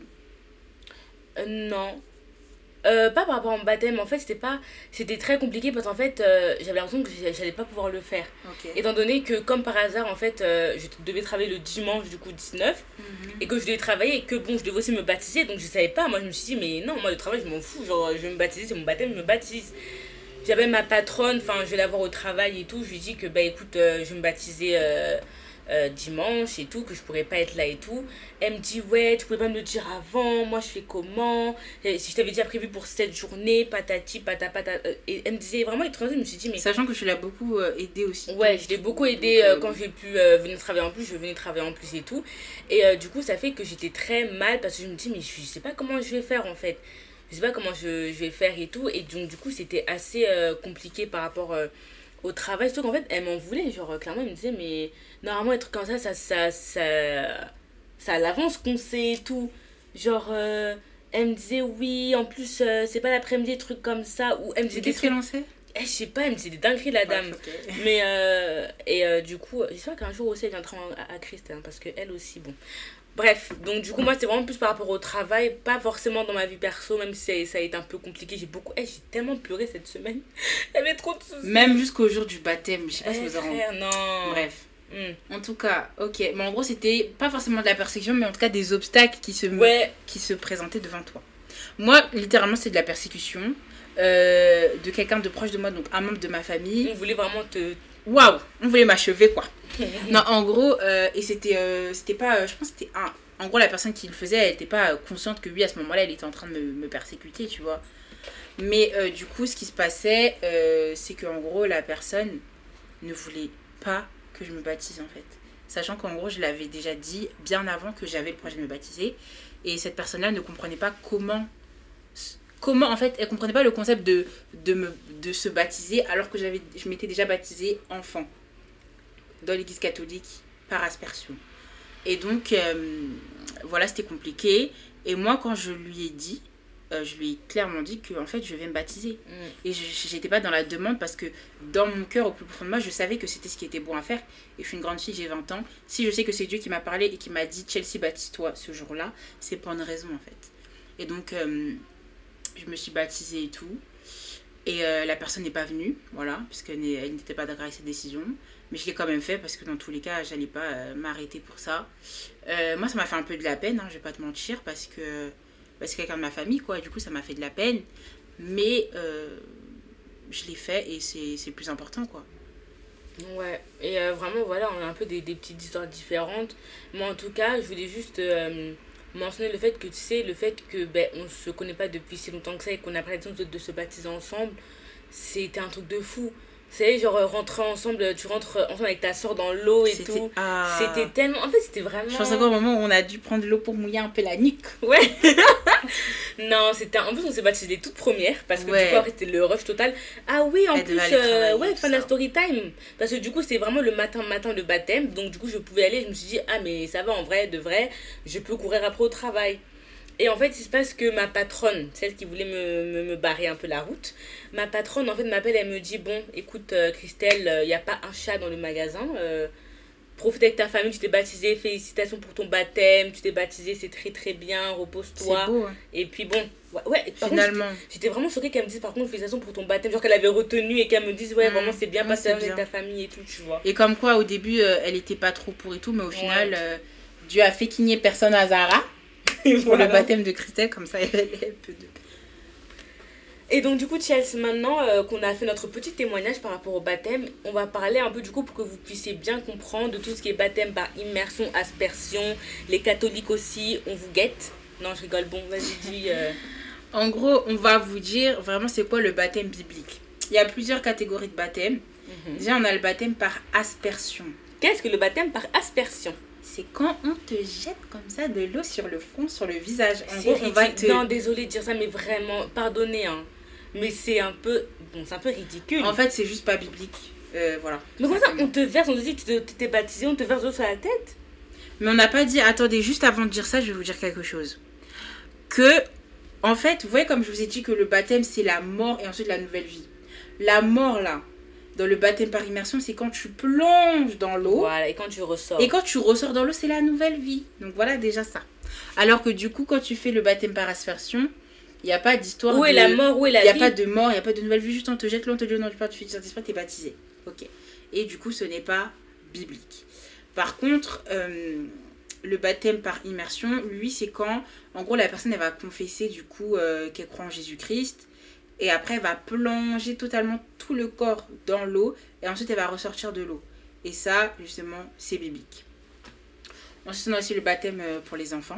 Euh, non. Euh, pas par rapport au baptême, en fait, c'était pas. C'était très compliqué parce qu'en fait, euh, j'avais l'impression que j'ai- j'allais pas pouvoir le faire. Ok. Étant donné que, comme par hasard, en fait, euh, je devais travailler le dimanche, du coup, dix-neuf, Mhm. et que je devais travailler et que, bon, je devais aussi me baptiser, donc je savais pas. Moi, je me suis dit, mais non, moi, le travail, je m'en fous. Genre, je vais me baptiser, c'est mon baptême, je me baptise. J'avais ma patronne, enfin, je vais la voir au travail et tout. Je lui dis que, bah écoute, euh, je vais me baptiser euh, euh, dimanche et tout, que je pourrais pas être là et tout. Elle me dit, ouais, tu pouvais pas me le dire avant, moi je fais comment? Et si je t'avais déjà prévu pour cette journée, patati, patapata. euh, Et elle me disait vraiment étranger, je me suis dit, mais. Sachant que tu l'as beaucoup euh, aidé aussi. Ouais, je l'ai beaucoup aidé Donc, euh, euh, quand j'ai pu euh, venir travailler en plus, je venais travailler en plus et tout. Et euh, du coup, ça fait que j'étais très mal parce que je me dis, mais je sais pas comment je vais faire en fait. Je sais pas comment je, je vais faire et tout. Et donc, du coup, c'était assez euh, compliqué par rapport euh, au travail. Surtout qu'en fait, elle m'en voulait. Genre, euh, clairement, elle me disait, mais normalement, un truc comme ça, ça, ça, ça, ça à l'avance qu'on sait et tout. Genre, euh, elle me disait, oui, en plus, euh, c'est pas l'après-midi, des trucs comme ça. Ou elle me disait Mais des qu'est-ce qu'elle trucs. en sait? Eh, je sais pas, elle me disait des dingueries, la dame. Ouais, ok. Mais euh, et euh, du coup, j'espère qu'un jour aussi elle viendra en- à, à Christ, hein, parce qu'elle aussi, bon. Bref, donc du coup, moi, c'est vraiment plus par rapport au travail, pas forcément dans ma vie perso, même si ça, ça a été un peu compliqué. J'ai beaucoup. Eh, j'ai tellement pleuré cette semaine. J'avais trop de soucis. Même jusqu'au jour du baptême, je sais pas Eh, si vous en rendez. frère, non. Bref. Hmm. En tout cas, ok. Mais en gros, c'était pas forcément de la persécution, mais en tout cas des obstacles qui se, Ouais, qui se présentaient devant toi. Moi, littéralement, c'est de la persécution euh, de quelqu'un de proche de moi, donc un membre de ma famille. on voulait vraiment te. Waouh, on voulait m'achever, quoi. Non, en gros, euh, et c'était euh, c'était pas, euh, je pense que c'était un. En gros, la personne qui le faisait, elle était pas euh, consciente que lui, à ce moment-là, elle était en train de me, me persécuter, tu vois. Mais euh, du coup, ce qui se passait, euh, c'est qu'en gros, la personne ne voulait pas que je me baptise, en fait. Sachant qu'en gros, je l'avais déjà dit bien avant que j'avais le projet de me baptiser. Et cette personne-là ne comprenait pas comment... Comment, en fait, elle comprenait pas le concept de, de, me, de se baptiser alors que j'avais, je m'étais déjà baptisée enfant dans l'église catholique par aspersion. Et donc, euh, voilà, c'était compliqué. Et moi, quand je lui ai dit, euh, je lui ai clairement dit que en fait je vais me baptiser. Mm. Et je j'étais pas dans la demande parce que dans mon cœur, au plus profond de moi, je savais que c'était ce qui était bon à faire. Et je suis une grande fille, j'ai vingt ans. Si je sais que c'est Dieu qui m'a parlé et qui m'a dit Chelsea, baptise-toi ce jour-là, c'est pour une raison en fait. Et donc euh, je me suis baptisée et tout. Et euh, la personne n'est pas venue, voilà, puisqu'elle n'était pas d'accord avec cette décision. Mais je l'ai quand même fait parce que dans tous les cas, j'allais pas euh, m'arrêter pour ça. Euh, moi, ça m'a fait un peu de la peine, hein, je vais pas te mentir, parce que bah, c'est quelqu'un de ma famille, quoi. Du coup, ça m'a fait de la peine. Mais euh, je l'ai fait et c'est le plus important, quoi. Ouais, et euh, vraiment, voilà, on a un peu des, des petites histoires différentes. Moi, en tout cas, je voulais juste euh, mentionner le fait que, tu sais, le fait que ben, on se connaît pas depuis si longtemps que ça et qu'on a pris l'habitude de, de se baptiser ensemble, c'était un truc de fou. Tu sais, genre rentrer ensemble, tu rentres ensemble avec ta soeur dans l'eau et tout. Ah... C'était tellement. En fait, c'était vraiment. Je pense encore au moment où on a dû prendre l'eau pour mouiller un peu la nuque. Ouais. Non, c'était. En plus, on s'est baptisé les toutes premières parce que ouais. du coup, après, c'était le rush total. Ah oui, en Elle plus, euh, ouais, fin de la story time. Parce que du coup, c'était vraiment le matin, matin de baptême. Donc, du coup, je pouvais aller. Je me suis dit, ah, mais ça va en vrai, de vrai, je peux courir après au travail. Et en fait, il se passe que ma patronne, celle qui voulait me, me, me barrer un peu la route, ma patronne, en fait, m'appelle, elle me dit, bon, écoute, euh, Christelle, il euh, n'y a pas un chat dans le magasin. Euh, profite avec ta famille, tu t'es baptisée, félicitations pour ton baptême, tu t'es baptisée, c'est très très bien, repose-toi. C'est beau, hein. Et puis bon, ouais, ouais finalement. J'étais vraiment choquée qu'elle me dise, par contre, félicitations pour ton baptême, genre qu'elle avait retenu et qu'elle me dise, ouais, mmh, vraiment, c'est bien passé avec ta famille et tout, tu vois. Et comme quoi, au début, euh, elle était pas trop pour et tout, mais au final, ouais. euh, Dieu a fait qu'il n'y ait personne à Zara. Pour voilà. Le baptême de Christelle, comme ça elle, elle peut de... Et donc du coup Chelsea, maintenant euh, qu'on a fait notre petit témoignage par rapport au baptême, on va parler un peu du coup pour que vous puissiez bien comprendre de tout ce qui est baptême par immersion, aspersion. Les catholiques aussi, on vous guette. Non, je rigole, bon, vas-y, dis. Euh... En gros, on va vous dire vraiment c'est quoi le baptême biblique. Il y a plusieurs catégories de baptême. Mm-hmm. Déjà, on a le baptême par aspersion. Qu'est-ce que le baptême par aspersion ? C'est quand on te jette comme ça de l'eau sur le front, sur le visage. En gros, on va te... Non, désolée de dire ça, mais vraiment, pardonnez, hein. Mais c'est un peu... Bon, c'est un peu ridicule. En fait, c'est juste pas biblique. Euh, voilà. Mais comment ça, on te verse, on te dit, tu t'es baptisé, on te verse de l'eau sur la tête ? Mais on n'a pas dit... Attendez, juste avant de dire ça, je vais vous dire quelque chose. Que, en fait, vous voyez comme je vous ai dit que le baptême, c'est la mort et ensuite la nouvelle vie. La mort, là... Dans le baptême par immersion, c'est quand tu plonges dans l'eau. Voilà, et quand tu ressors. Et quand tu ressors dans l'eau, c'est la nouvelle vie. Donc voilà déjà ça. Alors que du coup, quand tu fais le baptême par aspersion, il n'y a pas d'histoire de... Où est la mort, où est la vie ? Il n'y a pas de mort, il n'y a pas de nouvelle vie. Juste on te jette l'eau, on te dit au nom du Père, du Fils, du Saint-Esprit, t'es baptisé. Ok. Et du coup, ce n'est pas biblique. Par contre, euh, le baptême par immersion, lui, c'est quand, en gros, la personne, elle va confesser du coup euh, qu'elle croit en Jésus-Christ. Et après, elle va plonger totalement tout le corps dans l'eau. Et ensuite, elle va ressortir de l'eau. Et ça, justement, c'est biblique. Ensuite, on a aussi le baptême pour les enfants.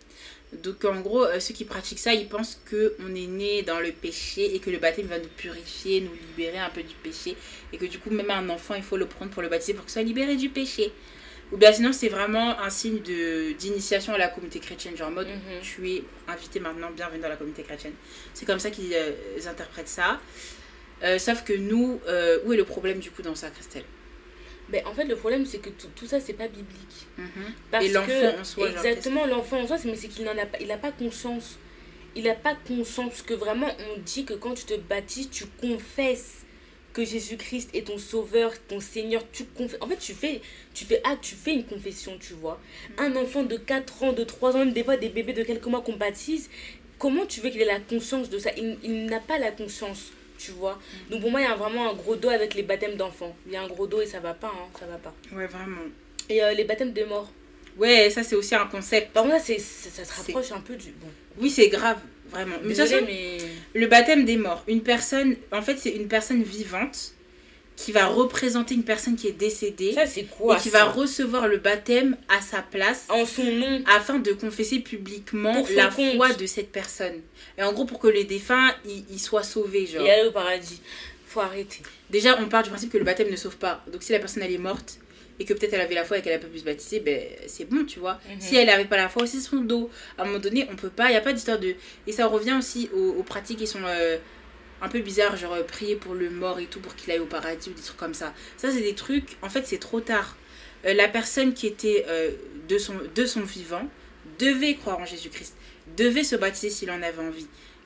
Donc, en gros, ceux qui pratiquent ça, ils pensent qu'on est né dans le péché et que le baptême va nous purifier, nous libérer un peu du péché. Et que du coup, même un enfant, il faut le prendre pour le baptiser pour qu'il soit libéré du péché. Ou bien sinon, c'est vraiment un signe d'initiation à la communauté chrétienne. Genre en mode, mm-hmm. tu es invité maintenant, bienvenue dans la communauté chrétienne. C'est comme ça qu'ils euh, interprètent ça. Euh, sauf que nous, euh, où est le problème du coup dans ça, Christelle ? Ben, en fait, le problème, c'est que tout, tout ça, c'est pas biblique. Mm-hmm. Parce Et l'enfant en soi. Exactement, l'enfant en soi, mais c'est qu'il n'en a pas, il n'a pas conscience. Il n'a pas conscience que vraiment, on dit que quand tu te baptises, tu confesses que Jésus-Christ est ton sauveur, ton Seigneur, tu conf... en fait tu fais tu fais ah, tu fais une confession, tu vois. Mmh. Un enfant de quatre ans, de trois ans, des fois des bébés de quelques mois qu'on baptise, comment tu veux qu'il ait la conscience de ça ? Il, il n'a pas la conscience, tu vois. Mmh. Donc pour moi, il y a vraiment un gros dos avec les baptêmes d'enfants. Il y a un gros dos et ça va pas, hein, ça va pas. Ouais, vraiment. Et euh, les baptêmes de mort. Ouais, ça c'est aussi un concept. Par contre, là, c'est, ça, ça se rapproche un peu du... Bon. Oui, c'est grave. Vraiment. Mais Désolée, façon, mais... Le baptême des morts. Une personne, en fait, c'est une personne vivante qui va représenter une personne qui est décédée. Ça, c'est quoi, et qui ça va recevoir le baptême à sa place. En son nom. Afin de confesser publiquement la compte. foi de cette personne. Et en gros, pour que les défunts, ils, ils soient sauvés, genre. Et aller au paradis. Faut arrêter. Déjà, on part du principe que le baptême ne sauve pas. Donc, si la personne, elle est morte, et que peut-être elle avait la foi et qu'elle a pas pu se baptiser, ben c'est bon, tu vois. Mm-hmm. Si elle n'avait pas la foi, c'est son dos. À un moment donné, on peut pas, il n'y a pas d'histoire de... Et ça revient aussi aux, aux pratiques qui sont euh, un peu bizarres, genre euh, prier pour le mort et tout, pour qu'il aille au paradis ou des trucs comme ça. Ça, c'est des trucs, en fait, c'est trop tard. Euh, la personne qui était euh, de, son, de son vivant devait croire en Jésus-Christ, devait se baptiser s'il en avait envie.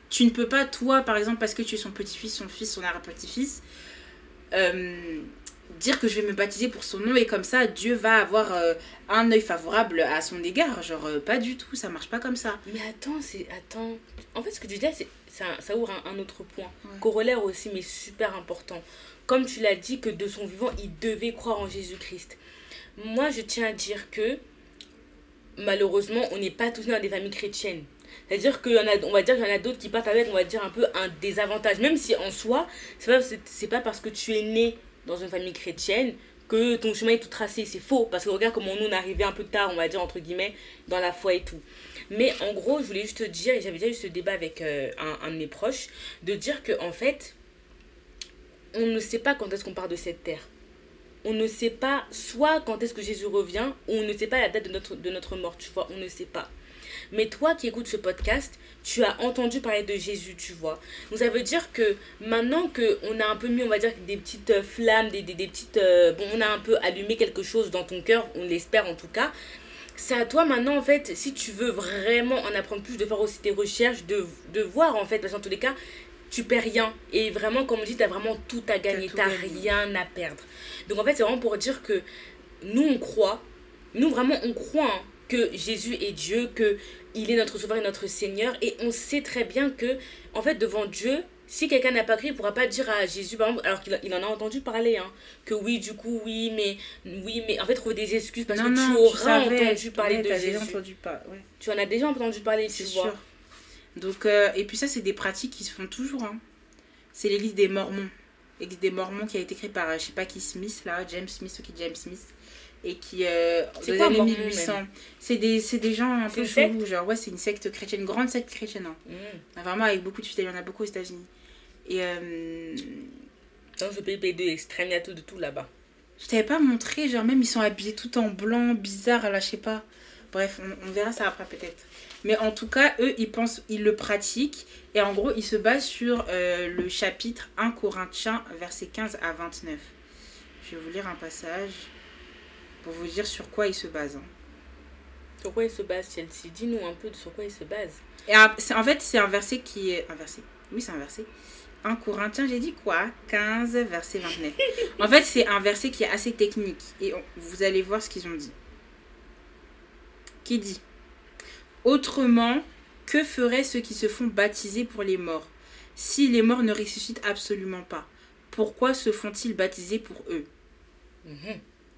tu ne peux pas, toi, par exemple, parce que tu es son petit-fils, son fils, son arrière-petit-fils, euh, dire que je vais me baptiser pour son nom et comme ça, Dieu va avoir euh, un œil favorable à son égard. Genre, euh, pas du tout, ça marche pas comme ça. Mais attends, c'est... Attends. En fait, ce que tu dis là, c'est, ça, ça ouvre un, un autre point. Ouais. Corollaire aussi, mais super important. Comme tu l'as dit, que de son vivant, il devait croire en Jésus-Christ. Moi, je tiens à dire que, malheureusement, on n'est pas tous nés dans des familles chrétiennes. C'est-à-dire qu'on a, on va dire qu'il y en a d'autres qui partent avec, on va dire, un peu un désavantage. Même si, en soi, c'est pas, c'est, c'est pas parce que tu es né dans une famille chrétienne que ton chemin est tout tracé. C'est faux. Parce que regarde comment nous, on est arrivé un peu tard, on va dire, entre guillemets, dans la foi et tout. Mais en gros, je voulais juste te dire, et j'avais déjà eu ce débat avec euh, un, un de mes proches, de dire qu'en fait, on ne sait pas quand est-ce qu'on part de cette terre. On ne sait pas soit quand est-ce que Jésus revient, ou on ne sait pas la date de notre, de notre mort, tu vois, on ne sait pas. Mais toi qui écoutes ce podcast, tu as entendu parler de Jésus, tu vois. Donc ça veut dire que maintenant qu'on a un peu mis, on va dire, des petites euh, flammes, des, des, des petites... Euh, bon, on a un peu allumé quelque chose dans ton cœur, on l'espère en tout cas. C'est à toi maintenant, en fait, si tu veux vraiment en apprendre plus, de faire aussi tes recherches, de, de voir, en fait, parce que dans tous les cas, tu perds rien. Et vraiment, comme on dit, tu as vraiment tout à gagner, tu n'as rien à perdre. Donc en fait, c'est vraiment pour dire que nous, on croit, nous vraiment, on croit hein, que Jésus est Dieu, qu'il est notre sauveur et notre Seigneur. Et on sait très bien que, en fait, devant Dieu, si quelqu'un n'a pas cru, il ne pourra pas dire à Jésus, par exemple, alors qu'il il en a entendu parler, hein, que oui, du coup, oui, mais, oui, mais en fait, trouver des excuses parce non, que non, tu auras tu savais, entendu parler ouais, de Jésus. Déjà entendu pas, ouais. Tu en as déjà entendu parler, c'est tu sûr. vois. Donc, euh, et puis ça, c'est des pratiques qui se font toujours. Hein. C'est l'église des Mormons. L'église des Mormons qui a été créée par, je sais pas qui, Smith, là, James Smith, ou qui James Smith. Et qui, euh, c'est dans quoi, les années Mormon, mille huit cents, c'est des, c'est des gens un c'est peu chelous. Genre, ouais, c'est une secte chrétienne, une grande secte chrétienne. Hein. Mm. Vraiment, avec beaucoup de fidèles, il y en a beaucoup aux États-Unis. Et. Euh... Dans ce pays de l'extrême, il y a tout de tout là-bas. Je t'avais pas montré, genre, même ils sont habillés tout en blanc, bizarre, là, je sais pas. Bref, on, on verra ça après peut-être. Mais en tout cas, eux, ils pensent, ils le pratiquent. Et en gros, ils se basent sur euh, le chapitre un Corinthiens, versets quinze à vingt-neuf. Je vais vous lire un passage pour vous dire sur quoi ils se basent. Hein. Sur quoi ils se basent, Chelsea? Dis-nous un peu de sur quoi ils se basent. Et un, c'est, en fait, c'est un verset qui est... Un verset. Oui, c'est un verset. un Corinthiens, j'ai dit quoi? quinze, verset vingt-neuf. En fait, c'est un verset qui est assez technique. Et on, vous allez voir ce qu'ils ont dit. Qui dit: autrement, que feraient ceux qui se font baptiser pour les morts? Si les morts ne ressuscitent absolument pas, pourquoi se font-ils baptiser pour eux? Mm-hmm.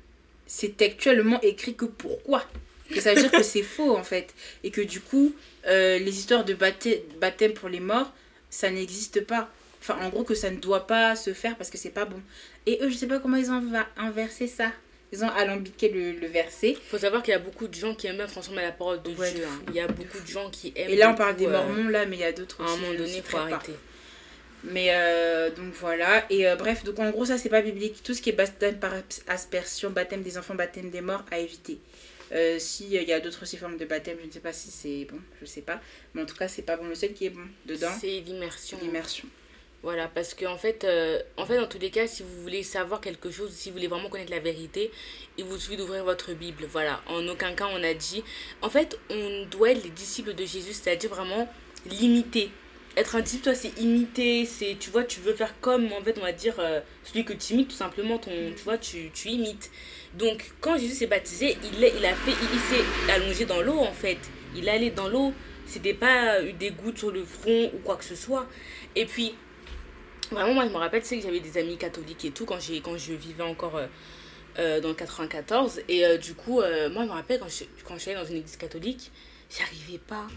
C'est actuellement écrit que pourquoi? Que ça veut dire que c'est faux en fait. Et que du coup, euh, les histoires de baptê- baptême pour les morts, ça n'existe pas. Enfin, en gros, que ça ne doit pas se faire parce que c'est pas bon. Et eux, je sais pas comment ils ont inversé ça. Ils ont alambiqué le, le verset. Il faut savoir qu'il y a beaucoup de gens qui aiment bien transformer la parole de ouais, Dieu. Hein. Il y a beaucoup de gens qui aiment. Et là, on parle des Mormons, là, mais il y a d'autres aussi. À un moment donné, il faut arrêter. Pas. Mais euh, donc voilà. Et euh, bref, donc en gros, ça, c'est pas biblique. Tout ce qui est baptême par aspersion, baptême des enfants, baptême des morts, à éviter. Euh, S'il euh, y a d'autres aussi formes de baptême, je ne sais pas si c'est bon, je sais pas. Mais en tout cas, c'est pas bon. Le seul qui est bon dedans, c'est l'immersion. L'immersion. Voilà, parce que en fait, euh, en fait, dans tous les cas, si vous voulez savoir quelque chose, si vous voulez vraiment connaître la vérité, il vous suffit d'ouvrir votre Bible. Voilà, en aucun cas on a dit. En fait, on doit être les disciples de Jésus, c'est-à-dire vraiment l'imiter. Être un disciple, toi, c'est imiter, c'est, tu vois, tu veux faire comme, en fait, on va dire, euh, celui que tu imites, tout simplement, ton, tu vois, tu, tu imites. Donc, quand Jésus s'est baptisé, il, est, il a fait, il, il s'est allongé dans l'eau, en fait. Il est allé dans l'eau. C'était pas eu des gouttes sur le front ou quoi que ce soit. Et puis, vraiment, moi, je me rappelle, tu sais, que j'avais des amis catholiques et tout, quand, j'ai, quand je vivais encore euh, euh, dans le quatre-vingt-quatorze. Et euh, du coup, euh, moi, je me rappelle, quand je, quand je suis allée dans une église catholique, j'y arrivais pas.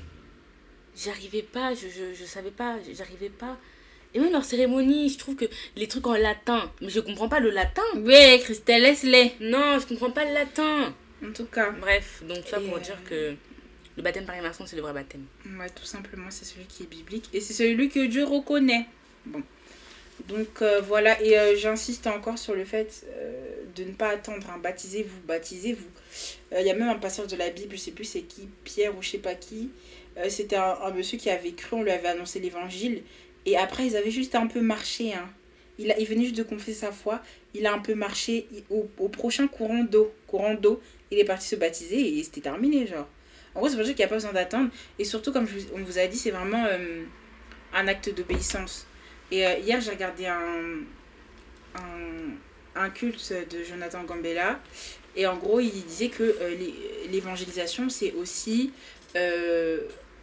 J'y arrivais pas, je, je, je savais pas, j'arrivais pas. Et même leur cérémonie, je trouve que les trucs en latin, mais je comprends pas le latin. Oui, Christelle, laisse-les. Non, je comprends pas le latin. En tout cas. Bref, donc ça pour euh... dire que le baptême par immersion, c'est le vrai baptême. Ouais, tout simplement, c'est celui qui est biblique. Et c'est celui que Dieu reconnaît. Bon. Donc euh, voilà, et euh, j'insiste encore sur le fait euh, de ne pas attendre, hein. Baptisez-vous, baptisez-vous. Il euh, y a même un passage de la Bible, je sais plus c'est qui, Pierre ou je sais pas qui. Euh, c'était un, un monsieur qui avait cru, on lui avait annoncé l'évangile. Et après, ils avaient juste un peu marché. Hein. Il, a, il venait juste de confesser sa foi. Il a un peu marché il, au, au prochain courant d'eau. Courant d'eau, il est parti se baptiser et c'était terminé, genre. En gros, c'est pour ça qu'il n'y a pas besoin d'attendre. Et surtout, comme je vous, on vous a dit, c'est vraiment... Euh, un acte d'obéissance. Et euh, hier, j'ai regardé un, un, un culte de Jonathan Gambella. Et en gros, il disait que euh, l'évangélisation, c'est aussi, euh,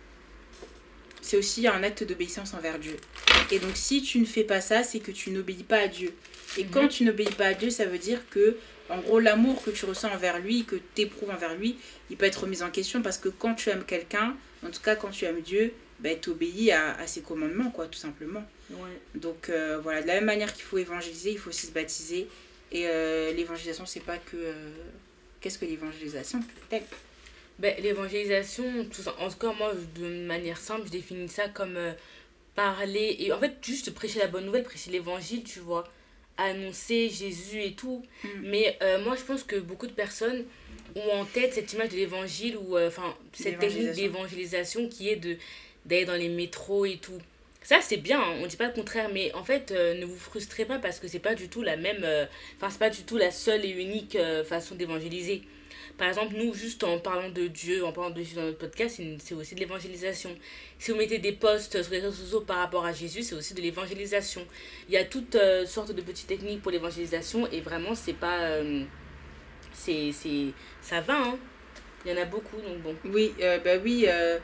c'est aussi un acte d'obéissance envers Dieu. Et donc, si tu ne fais pas ça, c'est que tu n'obéis pas à Dieu. Et mmh. quand tu n'obéis pas à Dieu, ça veut dire que, en gros, l'amour que tu ressens envers lui, que tu éprouves envers lui, il peut être remis en question parce que quand tu aimes quelqu'un, en tout cas quand tu aimes Dieu, ben, tu obéis à, à ses commandements, quoi, tout simplement. Ouais. Donc, euh, voilà, de la même manière qu'il faut évangéliser, il faut aussi se baptiser. Et euh, l'évangélisation, c'est pas que... Euh... Qu'est-ce que l'évangélisation peut-être ben, l'évangélisation, tout ça, en tout cas, moi, de manière simple, je définis ça comme euh, parler... Et en fait, juste prêcher la bonne nouvelle, prêcher l'évangile, tu vois. Annoncer Jésus et tout. Mm. Mais euh, moi, je pense que beaucoup de personnes ont en tête cette image de l'évangile ou enfin euh, cette technique d'évangélisation qui est de d'aller dans les métros et tout. Ça, c'est bien, hein, on ne dit pas le contraire, mais en fait, euh, ne vous frustrez pas parce que c'est pas du tout la même... Enfin, euh, c'est pas du tout la seule et unique euh, façon d'évangéliser. Par exemple, nous, juste en parlant de Dieu, en parlant de Jésus dans notre podcast, c'est aussi de l'évangélisation. Si vous mettez des posts sur les réseaux sociaux par rapport à Jésus, c'est aussi de l'évangélisation. Il y a toutes euh, sortes de petites techniques pour l'évangélisation et vraiment, c'est pas... Euh, c'est, c'est, ça va, hein. Il y en a beaucoup, donc bon. Oui, euh, bah oui... Euh...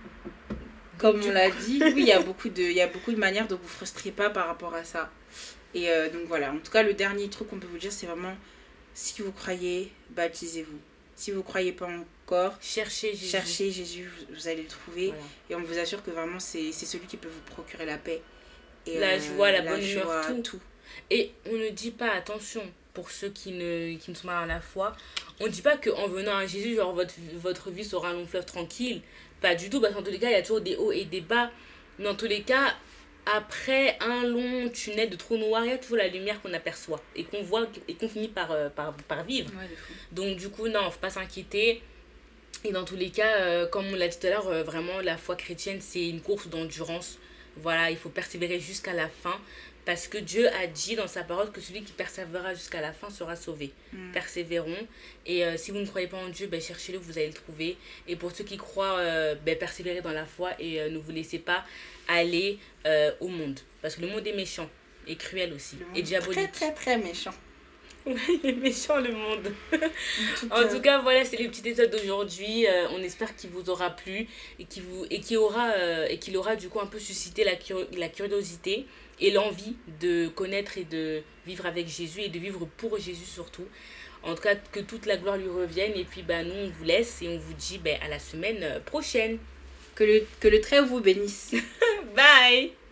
Comme on l'a dit, oui, il y a beaucoup de, il y a beaucoup de manières, donc vous ne vous frustrez pas par rapport à ça. Et euh, donc voilà, en tout cas, le dernier truc qu'on peut vous dire, c'est vraiment, si vous croyez, baptisez-vous. Si vous ne croyez pas encore, cherchez Jésus. Cherchez Jésus, vous, vous allez le trouver. Voilà. Et on vous assure que vraiment, c'est, c'est celui qui peut vous procurer la paix. Et la euh, joie, la, la bonne humeur, tout. tout. Et on ne dit pas, attention, pour ceux qui ne, qui ne sont pas dans la foi, on ne dit pas qu'en venant à Jésus, genre, votre, votre vie sera un long fleuve tranquille. Pas du tout, parce qu'en tous les cas, il y a toujours des hauts et des bas. Dans tous les cas, après un long tunnel de trou noir, il y a toujours la lumière qu'on aperçoit et qu'on voit et qu'on finit par, euh, par, par vivre. Ouais, donc du coup, non, il ne faut pas s'inquiéter. Et dans tous les cas, euh, comme on l'a dit tout à l'heure, euh, vraiment, la foi chrétienne, c'est une course d'endurance. Voilà, il faut persévérer jusqu'à la fin. Parce que Dieu a dit dans sa parole que celui qui persévérera jusqu'à la fin sera sauvé. Mm. Persévérons. Et euh, si vous ne croyez pas en Dieu, ben, cherchez-le, vous allez le trouver. Et pour ceux qui croient, euh, ben, persévérez dans la foi et euh, ne vous laissez pas aller euh, au monde. Parce que le monde est méchant et cruel aussi. Le monde et diabolique. Très, très, très méchant. Il est méchant, le monde. En tout, en tout cas, voilà, c'est les petits épisodes d'aujourd'hui. Euh, on espère qu'il vous aura plu et qu'il vous, et qu'il aura, euh, et qu'il aura du coup un peu suscité la, curi- la curiosité et l'envie de connaître et de vivre avec Jésus et de vivre pour Jésus surtout. En tout cas, que toute la gloire lui revienne. Et puis, bah, nous, on vous laisse et on vous dit bah, à la semaine prochaine. Que le, que le très vous bénisse. Bye.